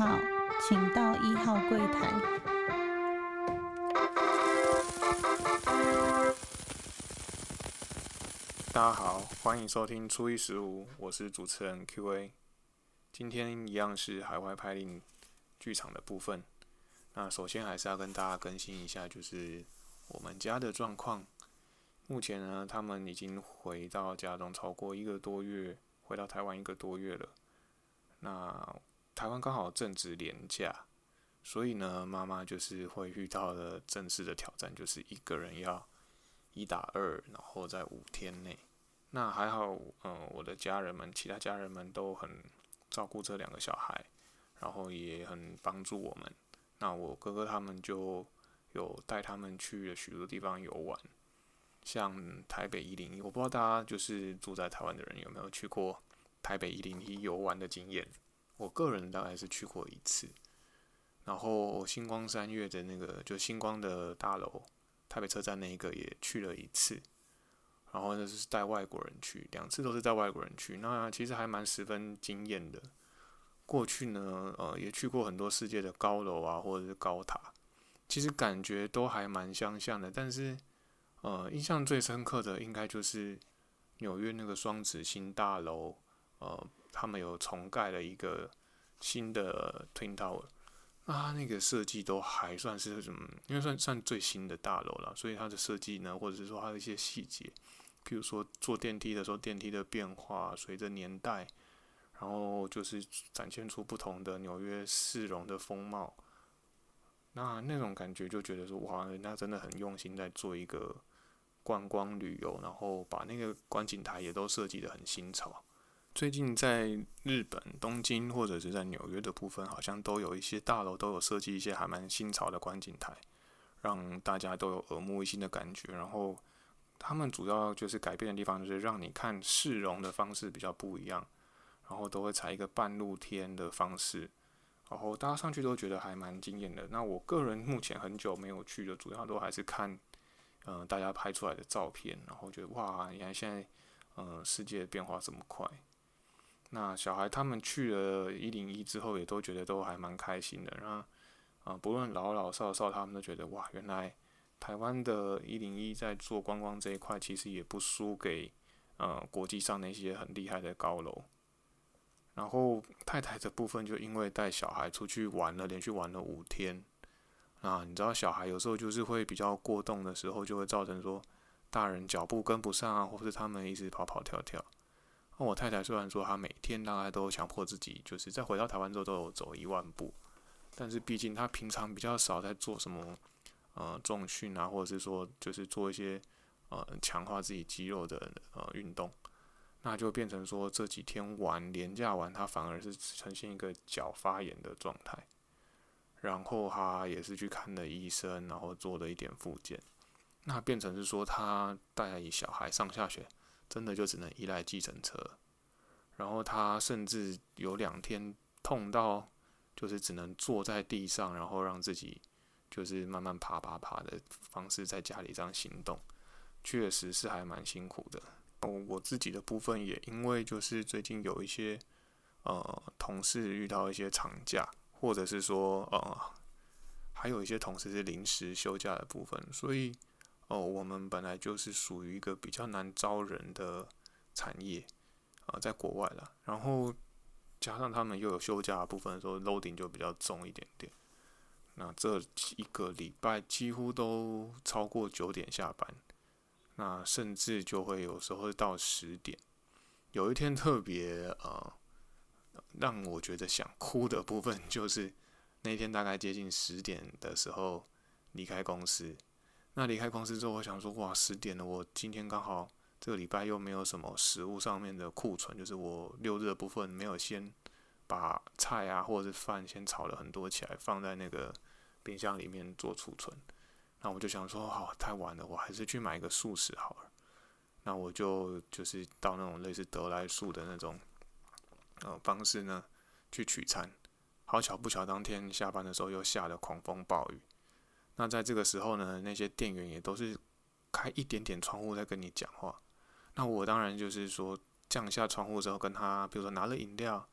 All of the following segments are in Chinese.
号，请到1号柜台。 大家好，欢迎收听初一十五，我是主持人 QA。今天一样是海外拍令剧场的部分。那首先还是要跟大家更新一下，就是我们家的状况。目前呢，他们已经回到家中超过1个多月，回到台湾1个多月了。那台湾刚好正值连假，所以呢，妈妈就是会遇到了正式的挑战，就是一个人要1打2，然后在5天内。那还好，我的家人们，其他家人们都很照顾这2个小孩，然后也很帮助我们。那我哥哥他们就有带他们去了许多地方游玩，像台北101，我不知道大家就是住在台湾的人有没有去过台北101游玩的经验。我个人大概是去过1次，然后星光三月的那个就星光的大楼，台北车站那一个也去了1次。然后那是带外国人去，2次都是带外国人去，那其实还蛮十分惊艳的。过去呢，也去过很多世界的高楼啊，或者是高塔，其实感觉都还蛮相像的。但是，印象最深刻的应该就是纽约那个双子星大楼，他们有重盖了一个新的 Twin Tower， 那它那个设计都还算是因为算最新的大楼了，所以它的设计呢，或者是说它的一些细节。譬如说坐电梯的时候，电梯的变化随着年代，然后就是展现出不同的纽约市容的风貌。那种感觉就觉得说，哇，人家真的很用心在做一个观光旅游，然后把那个观景台也都设计得很新潮。最近在日本东京或者是在纽约的部分，好像都有一些大楼都有设计一些还蛮新潮的观景台，让大家都有耳目一新的感觉。然后他们主要就是改变的地方，就是让你看市容的方式比较不一样，然后都会采一个半露天的方式，然后大家上去都觉得还蛮惊艳的。那我个人目前很久没有去的，主要都还是看大家拍出来的照片，然后觉得哇，原来现在世界变化这么快。那小孩他们去了101之后，也都觉得都还蛮开心的。那不论老老少少，他们都觉得哇，原来台湾的101在做观光这一块，其实也不输给国际上那些很厉害的高楼。然后太太的部分就因为带小孩出去玩了，连续玩了5天。那你知道小孩有时候就是会比较过动的时候，就会造成说大人脚步跟不上啊，或是他们一直跑跑跳跳。那我太太虽然说她每天大概都强迫自己，就是在回到台湾之后都有走1万步，但是毕竟她平常比较少在做什么重训啊，或者是说就是做一些强化自己肌肉的运动，那就变成说这几天连假玩，她反而是呈现一个脚发炎的状态。然后她也是去看了医生，然后做了一点复健，那变成是说她带小孩上下学，真的就只能依赖计程车。然后她甚至有2天痛到就是只能坐在地上，然后让自己就是慢慢爬的方式在家里这样行动，确实是还蛮辛苦的。我自己的部分也因为就是最近有一些同事遇到一些长假，或者是说还有一些同事是临时休假的部分，所以我们本来就是属于一个比较难招人的产业在国外啦，然后加上他们又有休假的部分的时候 ，loading 就比较重一点点。那这1个礼拜几乎都超过9点下班，那甚至就会有时候到10点。有一天特别让我觉得想哭的部分，就是那天大概接近10点的时候离开公司。那离开公司之后，我想说，哇，10点了，我今天刚好这个礼拜又没有什么食物上面的库存，就是我6日的部分没有先把菜啊或者是饭先炒了很多起来，放在那个冰箱里面做储存。那我就想说，好，太晚了，我还是去买一个速食好了。那我就是到那种类似得来速的那种方式呢去取餐。好巧不巧，当天下班的时候又下了狂风暴雨。那在这个时候呢，那些店员也都是开一点点窗户在跟你讲话。那我当然就是说降下窗户之后跟他，比如说拿了饮料，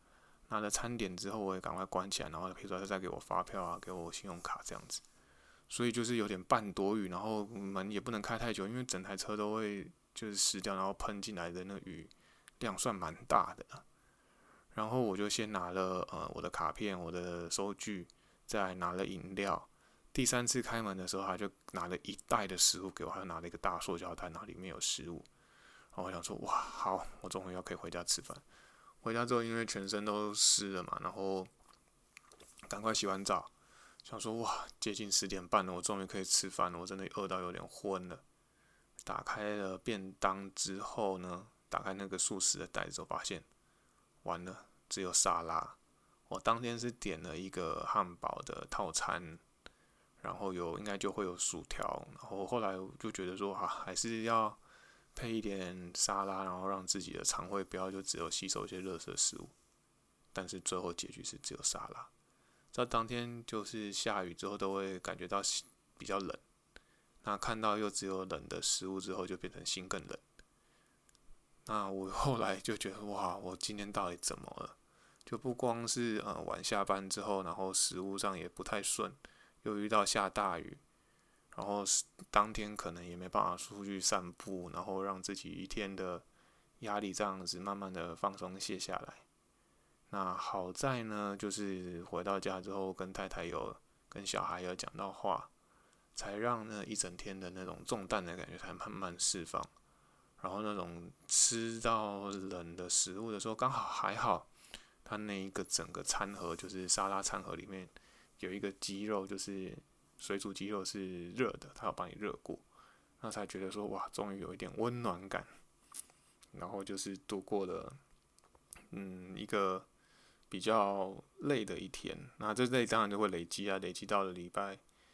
拿了餐点之后，我也赶快关起来，然后比如说他再给我发票啊，给我信用卡这样子。所以就是有点半躲雨，然后门也不能开太久，因为整台车都会就是湿掉，然后喷进来的那雨量算蛮大的。然后我就先拿了我的卡片、我的收据，再拿了饮料。第3次开门的时候，他就拿了1袋的食物给我，还有拿了一个大塑胶袋，然后里面有食物。然后我想说，哇，好，我终于要可以回家吃饭。回家之后，因为全身都湿了嘛，然后赶快洗完澡，想说哇，接近10点半了，我终于可以吃饭了，我真的饿到有点昏了。打开了便当之后呢，打开那个素食的袋子，我发现完了，只有沙拉。我当天是点了一个汉堡的套餐，然后应该就会有薯条，然后后来我就觉得说还是要配一点沙拉，然后让自己的肠胃不要就只有吸收一些垃圾食物。但是最后结局是只有沙拉。在当天就是下雨之后都会感觉到比较冷，那看到又只有冷的食物之后，就变成心更冷。那我后来就觉得哇，我今天到底怎么了？就不光是晚下班之后，然后食物上也不太顺，又遇到下大雨，然后当天可能也没办法出去散步，然后让自己一天的压力这样子慢慢的放松卸下来。那好在呢，就是回到家之后跟太太跟小孩有讲到话，才让那一整天的那种重担的感觉才慢慢释放。然后那种吃到冷的食物的时候，刚好还好，它那一个整个餐盒就是沙拉餐盒里面有一个鸡肉，就是水煮鸡肉是热的，它有帮你热过，那才觉得说哇，终于有一点温暖感。然后就是度过了一个比较累的一天。那这累当然就会累积啊，累积到了礼拜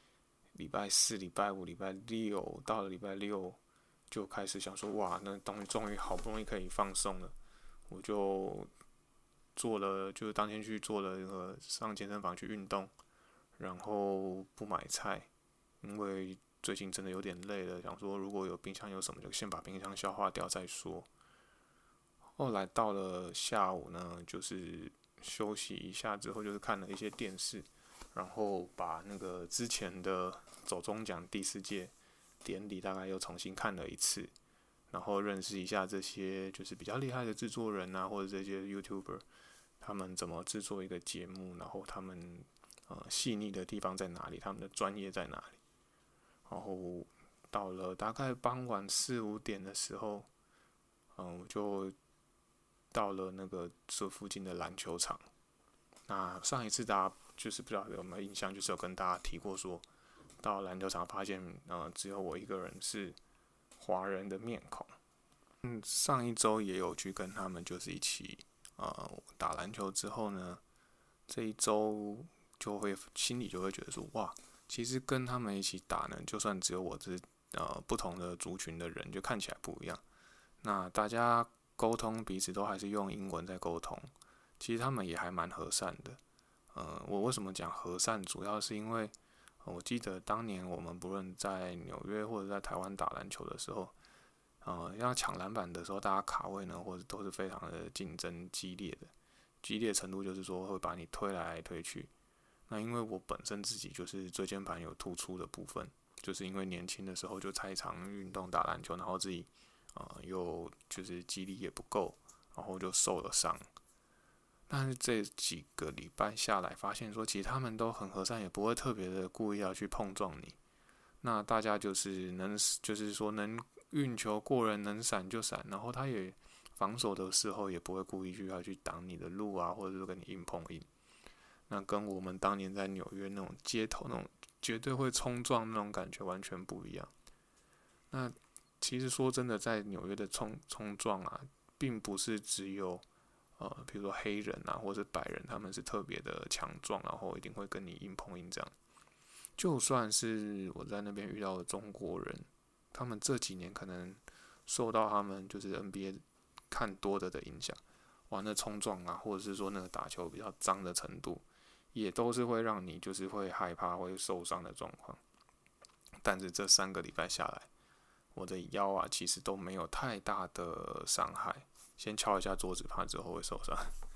4、礼拜5、礼拜6，到了礼拜6就开始想说哇，那终于好不容易可以放松了，我就就是当天去做了上健身房去运动，然后不买菜，因为最近真的有点累了，想说如果有冰箱有什么就先把冰箱消化掉再说。后来到了下午呢，就是休息一下之后，就是看了一些电视，然后把那个之前的走中奖第4届典礼大概又重新看了一次，然后认识一下这些就是比较厉害的制作人啊，或者这些 YouTuber， 他们怎么制作一个节目，然后他们细腻的地方在哪里，他们的专业在哪里。然后到了大概傍晚4、5点的时候，我就到了那个这附近的篮球场。那上一次大家就是不知道有没有印象，就是有跟大家提过说，到篮球场发现只有我一个人是华人的面孔。上一周也有去跟他们就是一起打篮球之后呢，这一周就会心里就会觉得说哇，其实跟他们一起打呢，就算只有我是不同的族群的人，就看起来不一样。那大家沟通彼此都还是用英文在沟通，其实他们也还蛮和善的。我为什么讲和善，主要是因为我记得当年我们不论在纽约或者在台湾打篮球的时候，要抢篮板的时候，大家卡位呢，或者都是非常的竞争激烈的，激烈程度就是说会把你推来推去。那因为我本身自己就是椎间盘有突出的部分，就是因为年轻的时候就太常运动打篮球，然后自己又就是肌力也不够，然后就受了伤。但是这几个礼拜下来，发现说其实他们都很和善，也不会特别的故意要去碰撞你。那大家就是能运球过人，能闪就闪，然后他也防守的时候也不会故意要去挡你的路啊，或者是跟你硬碰硬。那跟我们当年在纽约那种街头那种绝对会冲撞那种感觉完全不一样。那其实说真的，在纽约的冲撞啊，并不是只有比如说黑人啊，或者白人，他们是特别的强壮，然后一定会跟你硬碰硬这样。就算是我在那边遇到的中国人，他们这几年可能受到他们就是 NBA 看多的影响，哇，那冲撞啊，或者是说那个打球比较脏的程度，也都是会让你就是会害怕、会受伤的状况。但是这3个礼拜下来，我的腰啊其实都没有太大的伤害。先敲一下桌子，怕之后会受伤。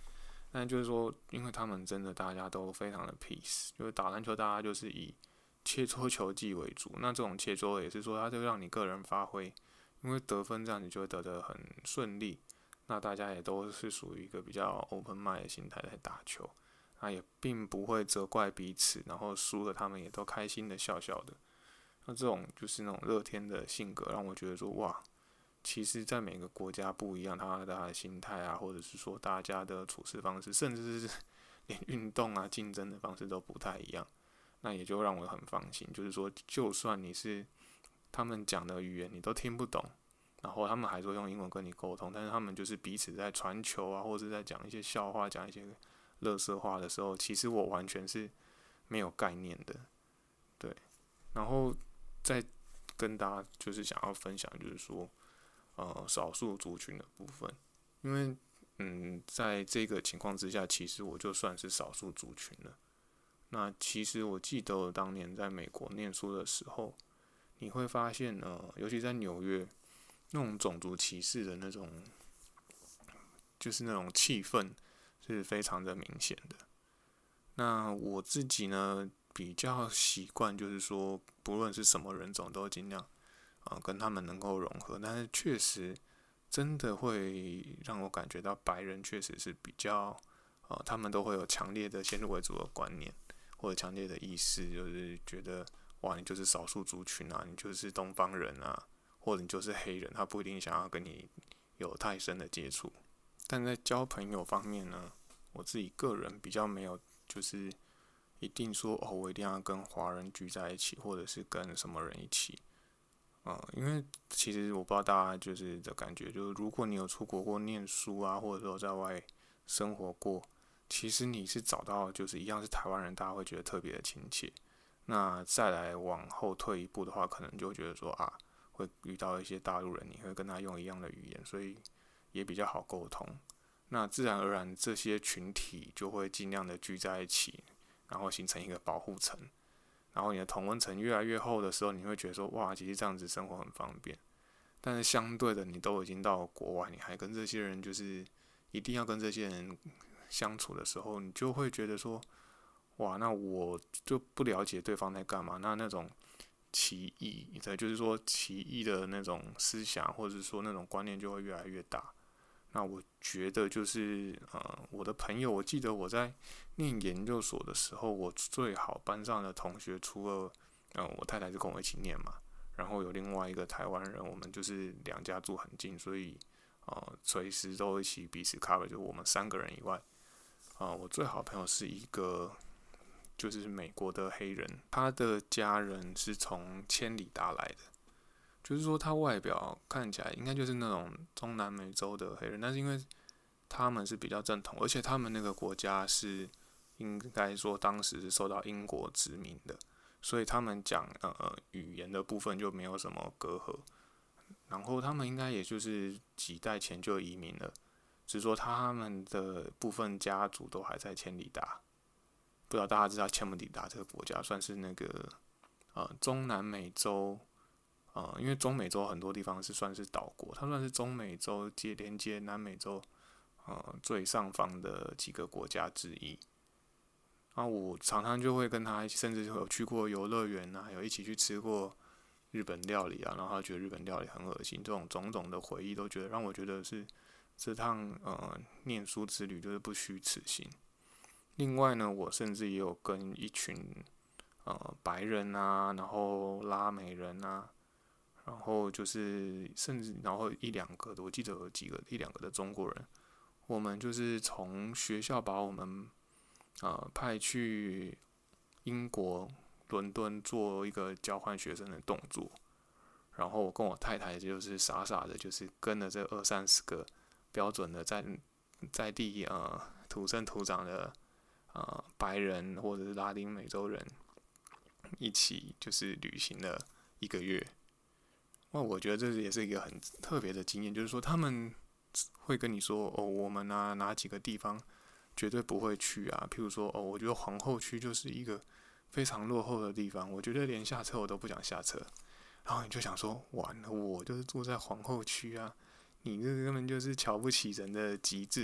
但就是说，因为他们真的大家都非常的 peace，就是打篮球大家就是以切磋球技为主。那这种切磋也是说，它就让你个人发挥，因为得分这样你就会得得很顺利。那大家也都是属于一个比较 open mind 的心态在打球，那也并不会责怪彼此，然后输了他们也都开心的笑笑的。那这种就是那种乐天的性格，让我觉得说哇，其实在每个国家不一样，他的心态啊，或者是说大家的处事方式，甚至是连运动啊竞争的方式都不太一样。那也就让我很放心，就是说，就算你是他们讲的语言你都听不懂，然后他们还说用英文跟你沟通，但是他们就是彼此在传球啊，或者是在讲一些笑话、讲一些垃圾话的时候，其实我完全是没有概念的，对。然后再跟大家就是想要分享，就是说，少数族群的部分，因为在这个情况之下，其实我就算是少数族群了。那其实我记得我当年在美国念书的时候，你会发现尤其在纽约，那种种族歧视的那种，就是那种气氛是非常的明显的。那我自己呢，比较习惯就是说，不论是什么人种，都尽量跟他们能够融合。但是确实真的会让我感觉到白人确实是比较他们都会有强烈的先入为主的观念，或者强烈的意识，就是觉得哇，你就是少数族群啊，你就是东方人啊，或者你就是黑人，他不一定想要跟你有太深的接触。但在交朋友方面呢，我自己个人比较没有，就是一定说我一定要跟华人聚在一起，或者是跟什么人一起。因为其实我不知道大家就是的感觉，就是如果你有出国过念书啊，或者说在外生活过，其实你是找到就是一样是台湾人，大家会觉得特别的亲切。那再来往后退一步的话，可能就会觉得说会遇到一些大陆人，你会跟他用一样的语言，所以也比较好沟通。那自然而然这些群体就会尽量的聚在一起，然后形成一个保护层。然后你的同温层越来越厚的时候，你会觉得说哇，其实这样子生活很方便。但是相对的，你都已经到国外，你还跟这些人就是一定要跟这些人相处的时候，你就会觉得说哇，那我就不了解对方在干嘛。那种歧义，就是说歧义的那种思想，或者说那种观念就会越来越大。那我觉得就是我的朋友，我记得我在念研究所的时候，我最好班上的同学，除了我太太是跟我一起念嘛，然后有另外一个台湾人，我们就是两家住很近，所以随时都一起彼此 cover，就我们3个人以外，我最好的朋友是一个就是美国的黑人，他的家人是从千里达来的。就是说，他外表看起来应该就是那种中南美洲的黑人，但是因为他们是比较正统，而且他们那个国家是应该说当时是受到英国殖民的，所以他们讲语言的部分就没有什么隔阂。然后他们应该也就是几代前就移民了，只是说他们的部分家族都还在千里达。不知道大家知道千里达这个国家算是那个中南美洲。因为中美洲很多地方是算是岛国，它算是中美洲连接南美洲最上方的几个国家之一。我常常就会跟他，甚至有去过游乐园啊，有一起去吃过日本料理啊，然后他觉得日本料理很恶心，这种种种的回忆都觉得让我觉得是这趟念书之旅就是不虚此行。另外呢，我甚至也有跟一群白人啊，然后拉美人啊。然后就是甚至然后1、2个的，我记得有1、2个的中国人，我们就是从学校把我们派去英国伦敦做一个交换学生的动作，然后我跟我太太就是傻傻的，就是跟了这20-30个标准的在地土生土长的白人或者是拉丁美洲人一起就是旅行了1个月。我觉得这也是一个很特别的经验，就是说他们会跟你说我们哪几个地方绝对不会去啊，譬如说我觉得皇后区就是一个非常落后的地方，我觉得连下车我都不想下车。然后你就想说，完了，我就是住在皇后区啊，你这根本就是瞧不起人的极致。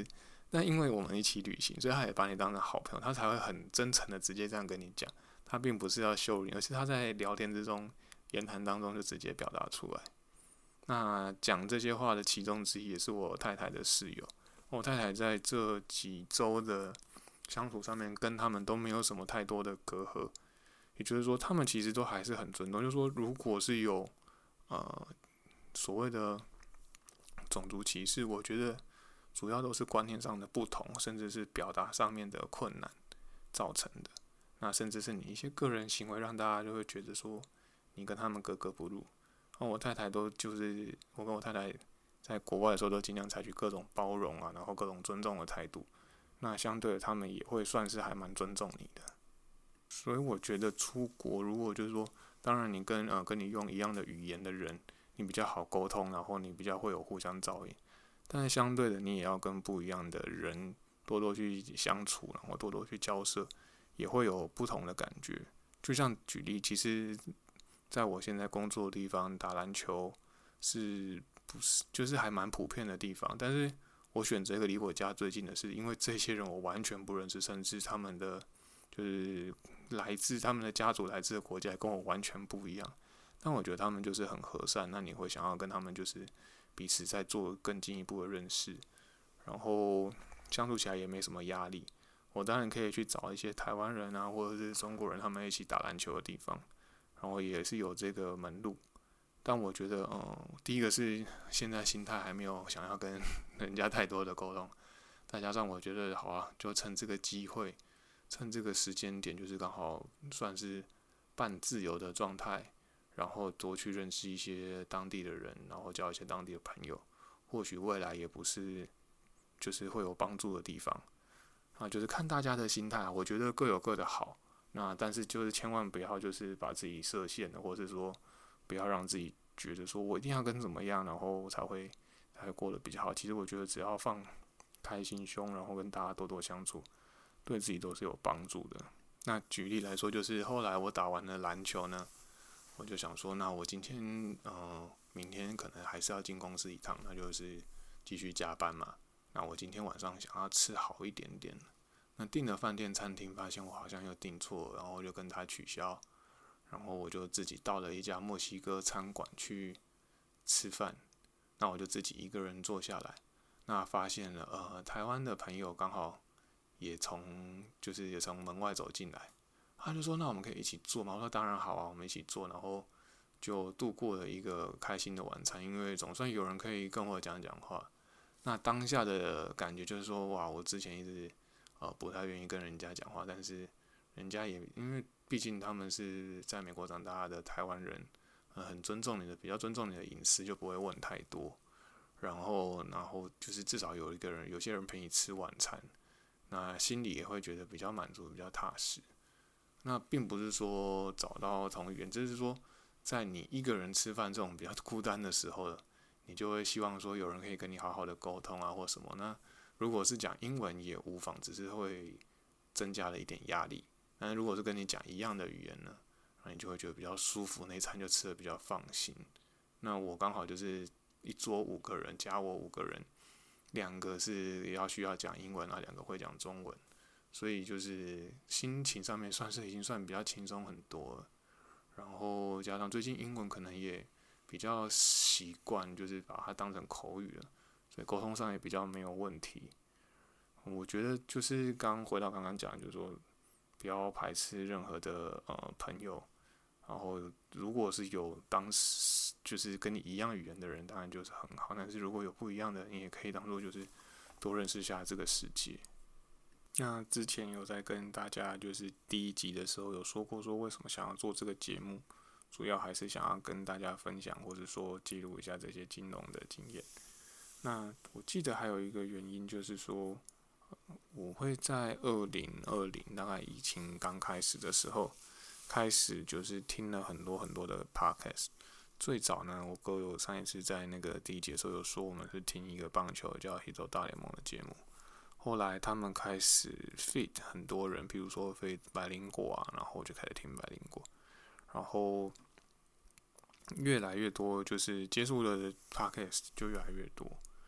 但因为我们一起旅行，所以他也把你当成好朋友，他才会很真诚的直接这样跟你讲。他并不是要羞辱你，而是他在聊天之中、言谈当中就直接表达出来。那讲这些话的其中之一也是我太太的室友。我太太在这几周的相处上面，跟他们都没有什么太多的隔阂，也就是说，他们其实都还是很尊重。就是说，如果是有所谓的种族歧视，我觉得主要都是观念上的不同，甚至是表达上面的困难造成的。那甚至是你一些个人行为，让大家就会觉得说你跟他们格格不入。我太太都就是我跟我太太在国外的时候，都尽量采取各种包容啊，然后各种尊重的态度。那相对的，他们也会算是还蛮尊重你的。所以我觉得出国，如果就是说，当然你跟你用一样的语言的人，你比较好沟通，然后你比较会有互相照应。但是相对的，你也要跟不一样的人多多去相处，然后多多去交涉，也会有不同的感觉。就像举例，其实在我现在工作的地方打篮球是不是就是还蛮普遍的地方？但是我选择一个离我家最近的是，因为这些人我完全不认识，甚至他们的就是来自他们的家族来自的国家跟我完全不一样。但我觉得他们就是很和善，那你会想要跟他们就是彼此再做更进一步的认识，然后相处起来也没什么压力。我当然可以去找一些台湾人啊，或者是中国人，他们一起打篮球的地方，然后也是有这个门路。但我觉得，第一个是现在心态还没有想要跟人家太多的沟通，再加上我觉得好啊，就趁这个机会，趁这个时间点，就是刚好算是半自由的状态，然后多去认识一些当地的人，然后交一些当地的朋友，或许未来也不是就是会有帮助的地方啊，就是看大家的心态，我觉得各有各的好。那但是就是千万不要就是把自己设限了，或是说不要让自己觉得说我一定要跟怎么样，然后才会过得比较好。其实我觉得只要放开心胸，然后跟大家多多相处，对自己都是有帮助的。那举例来说，就是后来我打完了篮球呢，我就想说，那我今天明天可能还是要进公司一趟，那就是继续加班嘛。那我今天晚上想要吃好一点点，那订了饭店餐厅，发现我好像又订错了，然后就跟他取消，然后我就自己到了一家墨西哥餐馆去吃饭。那我就自己一个人坐下来，那发现了台湾的朋友刚好也从门外走进来，他就说那我们可以一起做吗？我说当然好啊，我们一起做，然后就度过了一个开心的晚餐，因为总算有人可以跟我讲讲话。那当下的感觉就是说，哇，我之前一直不太愿意跟人家讲话，但是人家也因为毕竟他们是在美国长大的台湾人，很尊重你的，比较尊重你的隐私，就不会问太多。然后就是至少有些人陪你吃晚餐，那心里也会觉得比较满足，比较踏实。那并不是说找到同语言，只是说在你一个人吃饭这种比较孤单的时候，你就会希望说有人可以跟你好好的沟通啊，或什么。那如果是讲英文也无妨，只是会增加了一点压力。但是如果是跟你讲一样的语言呢，那你就会觉得比较舒服，那一餐就吃得比较放心。那我刚好就是一桌5个人，加我5个人，2个是需要讲英文啊，2个会讲中文。所以就是心情上面已经算比较轻松很多了，然后加上最近英文可能也比较习惯，就是把它当成口语了，所以沟通上也比较没有问题。我觉得就是回到刚刚讲，就是说不要排斥任何的朋友，然后如果是有当时就是跟你一样语言的人，当然就是很好，但是如果有不一样的，你也可以当做就是多认识一下这个世界。那之前有在跟大家就是第1集的时候有说过，说为什么想要做这个节目，主要还是想要跟大家分享，或者说记录一下这些金融的经验。那我记得还有一个原因就是说，我会在2020大概疫情刚开始的时候，开始就是听了很多的 podcast。最早呢，我哥有上一次在那个第1集的时候有说，我们是听一个棒球叫《黑洲大联盟》的节目。后来他们开始 feed 很多人，比如说 feed 百灵果啊，然后我就开始听百灵果，然后越来越多，就是接触的 podcast 就越来越多，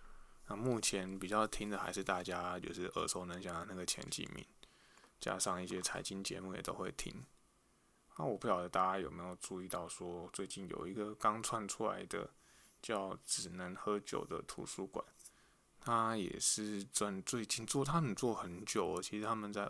那目前比较听的还是大家就是耳熟能详的那个前几名，加上一些财经节目也都会听。那我不晓得大家有没有注意到说，最近有一个刚窜出来的叫只能喝酒的图书馆，他也是最近他们做很久了，其实他们在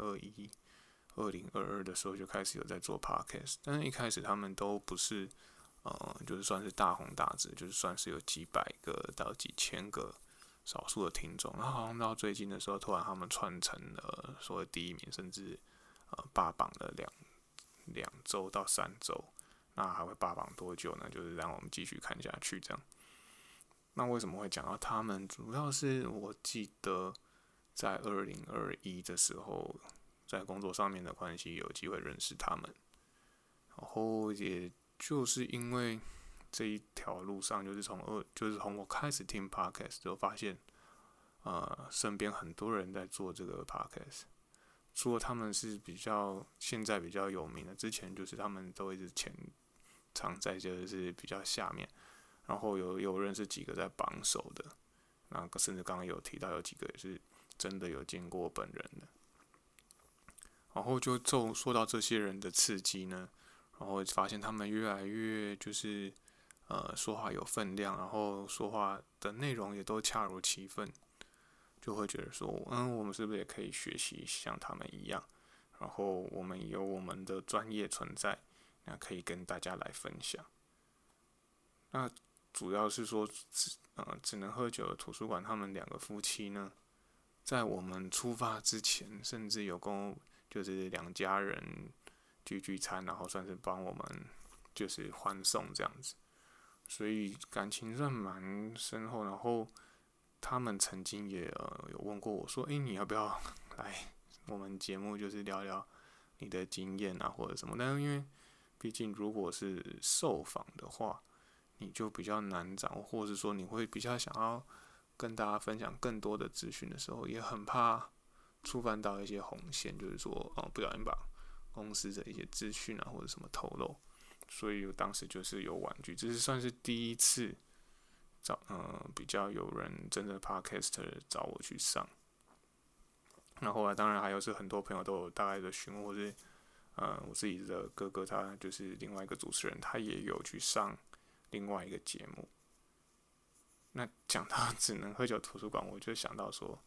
2021、2022的时候就开始有在做 podcast， 但是一开始他们都不是就是算是大红大紫，就是算是有几百个到几千个少数的听众，然后好像到最近的时候，突然他们窜成了所谓第一名，甚至霸榜了两周到3周，那还会霸榜多久呢？就是让我们继续看下去这样。那为什么会讲到他们？主要是我记得在2021的时候，在工作上面的关系，有机会认识他们，然后也就是因为这一条路上，就是从我开始听 podcast 之后，发现身边很多人在做这个 podcast， 除了他们是现在比较有名的，之前就是他们都一直藏在就是比较下面，然后有认识几个在榜首的，那甚至刚刚有提到有几个也是真的有见过本人的，然后就说到这些人的刺激呢，然后发现他们越来越就是说话有分量，然后说话的内容也都恰如其分，就会觉得说，我们是不是也可以学习像他们一样，然后我们有我们的专业存在，那可以跟大家来分享。那主要是说，只能喝酒的图书馆，他们两个夫妻呢，在我们出发之前，甚至有就是两家人聚餐，然后算是帮我们就是欢送这样子，所以感情算蛮深厚。然后他们曾经也有问过我说，你要不要来我们节目，就是聊聊你的经验啊或者什么？但是因为毕竟如果是受访的话，你就比较难掌握，或者是说你会比较想要跟大家分享更多的资讯的时候，也很怕触犯到一些红线，就是说不小心把公司的一些资讯啊或者什么透露，所以我当时就是有婉拒，这是算是第一次比较有人真的 podcast 找我去上。那后来当然还有是很多朋友都有大概的询问，或是我自己的哥哥他就是另外一个主持人，他也有去上另外一个节目。那讲到只能喝酒图书馆，我就想到说，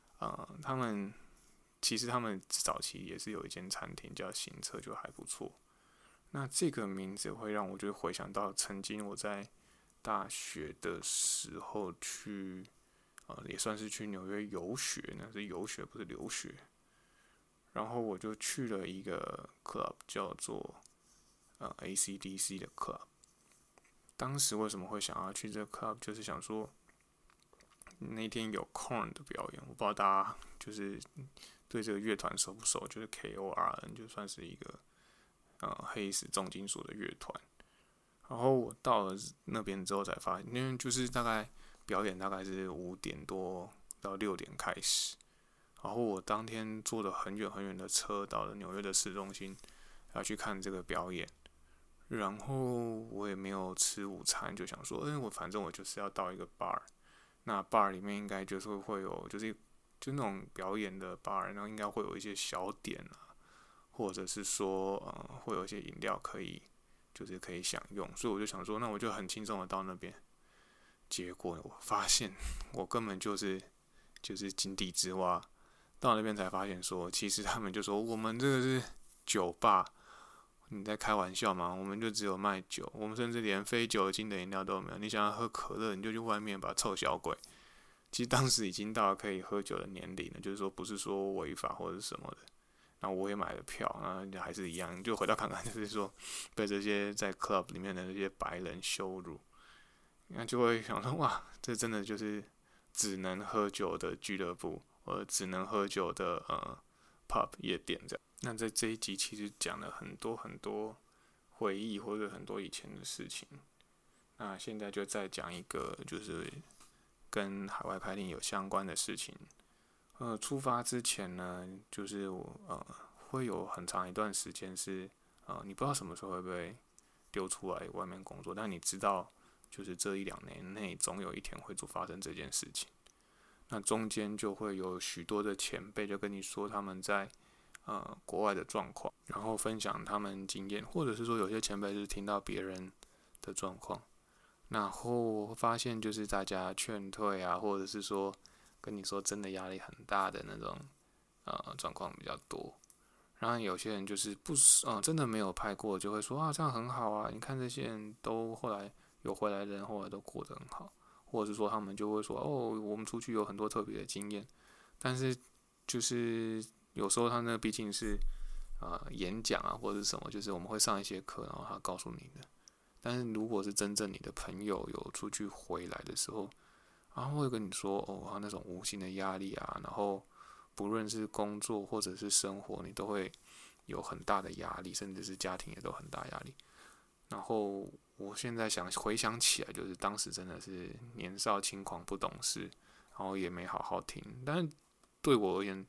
其实他们早期也是有一间餐厅叫行车，就还不错。那这个名字会让我就回想到曾经我在大学的时候去，也算是去纽约游学，那是游学不是留学。然后我就去了一个 club 叫做AC/DC 的 club。当时为什么会想要去这个 club，就是想说那天有 Korn 的表演，我不知道大家就是对这个乐团熟不熟，就是 KORN 就算是一个黑死重金属的乐团。然后我到了那边之后才发现，因为就是大概表演大概是5点多到6点开始，然后我当天坐了很远很远的车到了纽约的市中心，要去看这个表演。然后我也没有吃午餐，就想说，反正我就是要到一个 bar， 那 bar 里面应该就是会有就那种表演的 bar， 然后应该会有一些小点啊，或者是说会有一些饮料可以享用，所以我就想说，那我就很轻松的到那边。结果我发现我根本就是井底之蛙，到那边才发现说，其实他们就说我们这个是酒吧。你在开玩笑吗？我们就只有卖酒，我们甚至连非酒精的饮料都没有。你想要喝可乐，你就去外面吧，臭小鬼。其实当时已经到了可以喝酒的年龄了，就是说不是说违法或者什么的。然后我也买了票，那还是一样，就回到看看，就是说被这些在 club 里面的这些白人羞辱，那就会想说，哇，这真的就是只能喝酒的俱乐部，或者只能喝酒的pub 夜店这样。那在这一集其实讲了很多很多回忆或者很多以前的事情。那现在就再讲一个就是跟海外拍令有相关的事情。出发之前呢，就是我会有很长一段时间是你不知道什么时候会被丢出来外面工作，但你知道就是这1-2年内总有一天会发生这件事情。那中间就会有许多的前辈就跟你说他们在国外的状况，然后分享他们经验，或者是说有些前辈是听到别人的状况，然后发现就是大家劝退啊，或者是说跟你说真的压力很大的那种状况比较多。然后有些人就是真的没有拍过，就会说啊这样很好啊，你看这些人都后来有回来的人，后来都过得很好。或者是说他们就会说我们出去有很多特别的经验，但是就是有时候他那毕竟是演讲啊或者是什么，就是我们会上一些课，然后他告诉你的。但是如果是真正你的朋友有出去回来的时候，然后会跟你说他那种无形的压力啊，然后不论是工作或者是生活，你都会有很大的压力，甚至是家庭也都很大压力。然后我现在回想起来，就是当时真的是年少轻狂不懂事，然后也没好好听。但是对我而言，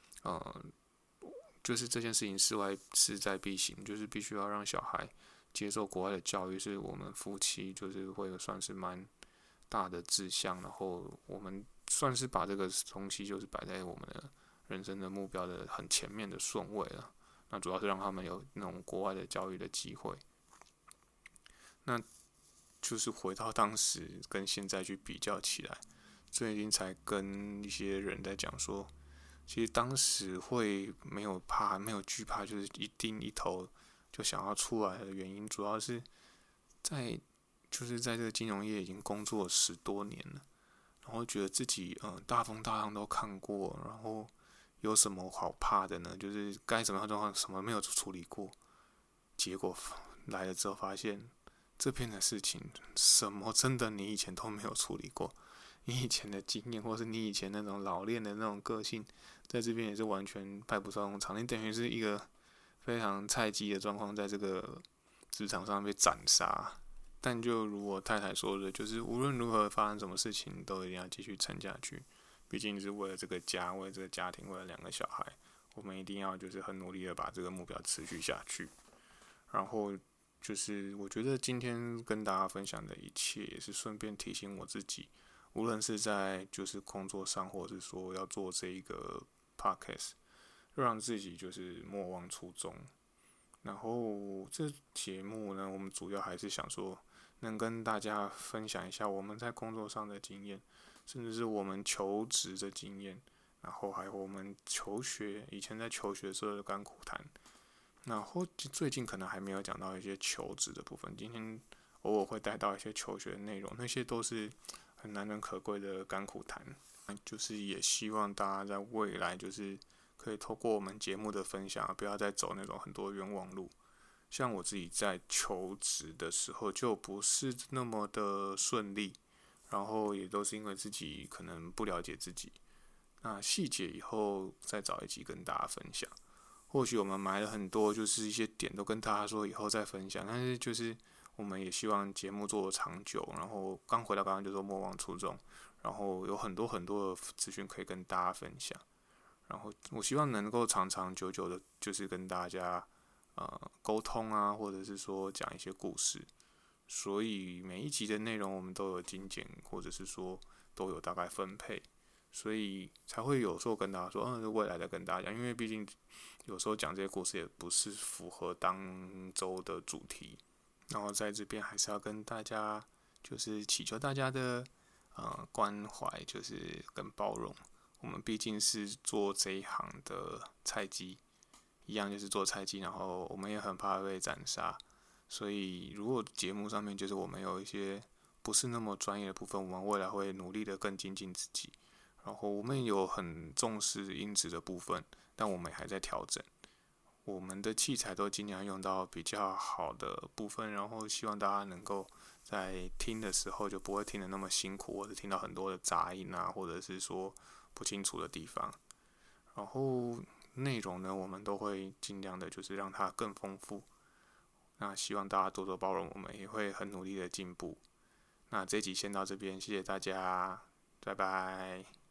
就是这件事情势在必行，就是必须要让小孩接受国外的教育，是我们夫妻就是会算是蛮大的志向。然后我们算是把这个东西就是摆在我们的人生的目标的很前面的顺位了。那主要是让他们有那种国外的教育的机会。那就是回到当时跟现在去比较起来，最近才跟一些人在讲说，其实当时会没有惧怕，就是一定一头就想要出来的原因，主要是在这个金融业已经工作了10多年了，然后觉得自己大风大浪都看过，然后有什么好怕的呢？就是该怎么样状况什么没有处理过，结果来了之后发现。这边的事情，什么真的你以前都没有处理过，你以前的经验，或是你以前那种老练的那种个性，在这边也是完全派不上用场。你等于是一个非常菜鸡的状况，在这个职场上被斩杀。但就如我太太说的，就是无论如何发生什么事情，都一定要继续撑下去。毕竟是为了这个家，为了这个家庭，为了2个小孩，我们一定要就是很努力的把这个目标持续下去。然后。就是我觉得今天跟大家分享的一切，也是顺便提醒我自己，无论是在就是工作上，或者是说要做这一个 podcast， 让自己就是莫忘初衷。然后这节目呢，我们主要还是想说，能跟大家分享一下我们在工作上的经验，甚至是我们求职的经验，然后还有我们以前在求学时候的甘苦谈。然后最近可能还没有讲到一些求职的部分，今天偶尔会带到一些求学的内容，那些都是很难能可贵的甘苦谈。就是也希望大家在未来就是可以透过我们节目的分享，不要再走那种很多冤枉路。像我自己在求职的时候就不是那么的顺利，然后也都是因为自己可能不了解自己。那细节以后再找一集跟大家分享。或许我们埋了很多，就是一些点都跟大家说以后再分享，但是就是我们也希望节目做得长久，然后回到刚刚就说莫忘初衷，然后有很多的资讯可以跟大家分享，然后我希望能够长长久久的，就是跟大家沟通啊，或者是说讲一些故事，所以每一集的内容我们都有精简，或者是说都有大概分配。所以才会有时候跟大家说，未来再跟大家讲，因为毕竟有时候讲这些故事也不是符合当周的主题，然后在这边还是要跟大家就是祈求大家的关怀，就是跟包容。我们毕竟是做这一行的菜鸡，一样就是做菜鸡，然后我们也很怕被斩杀，所以如果节目上面就是我们有一些不是那么专业的部分，我们未来会努力的更精进自己。然后我们有很重视音质的部分，但我们还在调整。我们的器材都尽量用到比较好的部分，然后希望大家能够在听的时候就不会听得那么辛苦，或者听到很多的杂音啊，或者是说不清楚的地方。然后内容呢，我们都会尽量的，就是让它更丰富。那希望大家多多包容，我们也会很努力的进步。那这集先到这边，谢谢大家，拜拜。